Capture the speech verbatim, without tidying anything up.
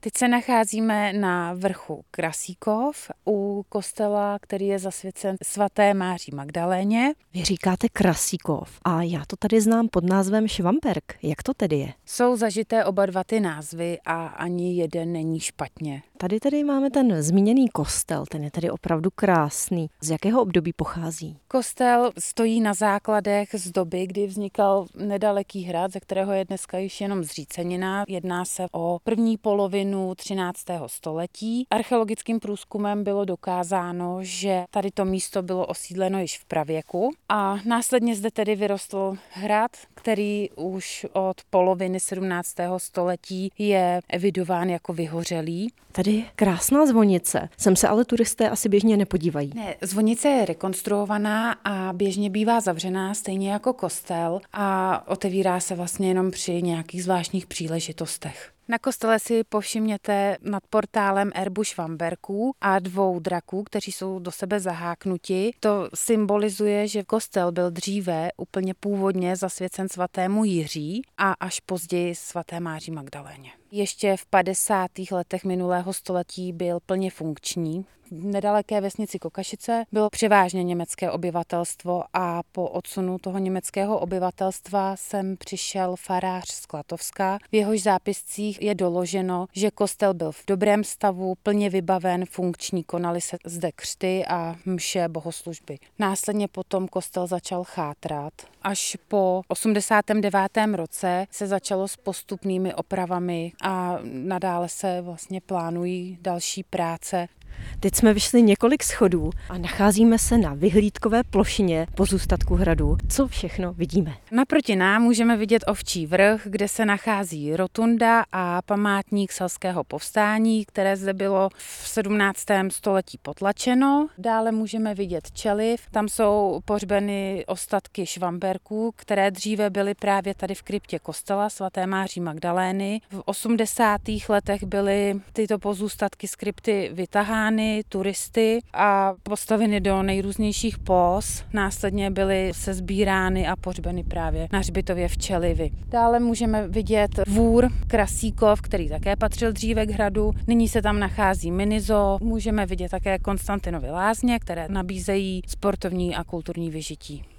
Teď se nacházíme na vrchu Krasíkov u kostela, který je zasvěcen svaté Máří Magdaléně. Vy říkáte Krasíkov a já to tady znám pod názvem Švamberk. Jak to tedy je? Jsou zažité oba dva ty názvy a ani jeden není špatně. Tady tedy máme ten zmíněný kostel, ten je tedy opravdu krásný. Z jakého období pochází? Kostel stojí na základech z doby, kdy vznikal nedaleký hrad, ze kterého je dneska již jenom zřícenina. Jedná se o první polovinu třináctého století. Archeologickým průzkumem bylo dokázáno, že tady to místo bylo osídleno již v pravěku a následně zde tedy vyrostl hrad, který už od poloviny sedmnáctého století je evidován jako vyhořelý. Tady krásná zvonice. Sem se ale turisté asi běžně nepodívají. Ne, zvonice je rekonstruovaná a běžně bývá zavřená, stejně jako kostel, a otevírá se vlastně jenom při nějakých zvláštních příležitostech. Na kostele si povšimněte nad portálem erbu Švamberků a dvou draků, kteří jsou do sebe zaháknuti. To symbolizuje, že kostel byl dříve úplně původně zasvěcen svatému Jiří a až později svaté Máří Magdaléně. Ještě v padesátých letech minulého století byl plně funkční. V nedaleké vesnici Kokašice bylo převážně německé obyvatelstvo a po odsunu toho německého obyvatelstva sem přišel farář z Klatovska. V jehož zápiscích je doloženo, že kostel byl v dobrém stavu, plně vybaven, funkční, konaly se zde křty a mše bohoslužby. Následně potom kostel začal chátrat. Až po osmdesátém devátém roce se začalo s postupnými opravami a nadále se vlastně plánují další práce. Teď jsme vyšli několik schodů a nacházíme se na vyhlídkové plošině pozůstatku hradu. Co všechno vidíme? Naproti nám můžeme vidět Ovčí vrch, kde se nachází rotunda a památník selského povstání, které zde bylo v sedmnáctém století potlačeno. Dále můžeme vidět Čeliv, tam jsou pohřbeny ostatky Švamberků, které dříve byly právě tady v kryptě kostela svaté Máří Magdalény. V osmdesátých letech byly tyto pozůstatky z krypty vytahány turisty a postaveny do nejrůznějších póz. Následně byly sesbírány a pohřbeny právě na hřbitově v Čelivi. Dále můžeme vidět dvůr Krasíkov, který také patřil dříve k hradu. Nyní se tam nachází minizoo. Můžeme vidět také Konstantinovy lázně, které nabízejí sportovní a kulturní vyžití.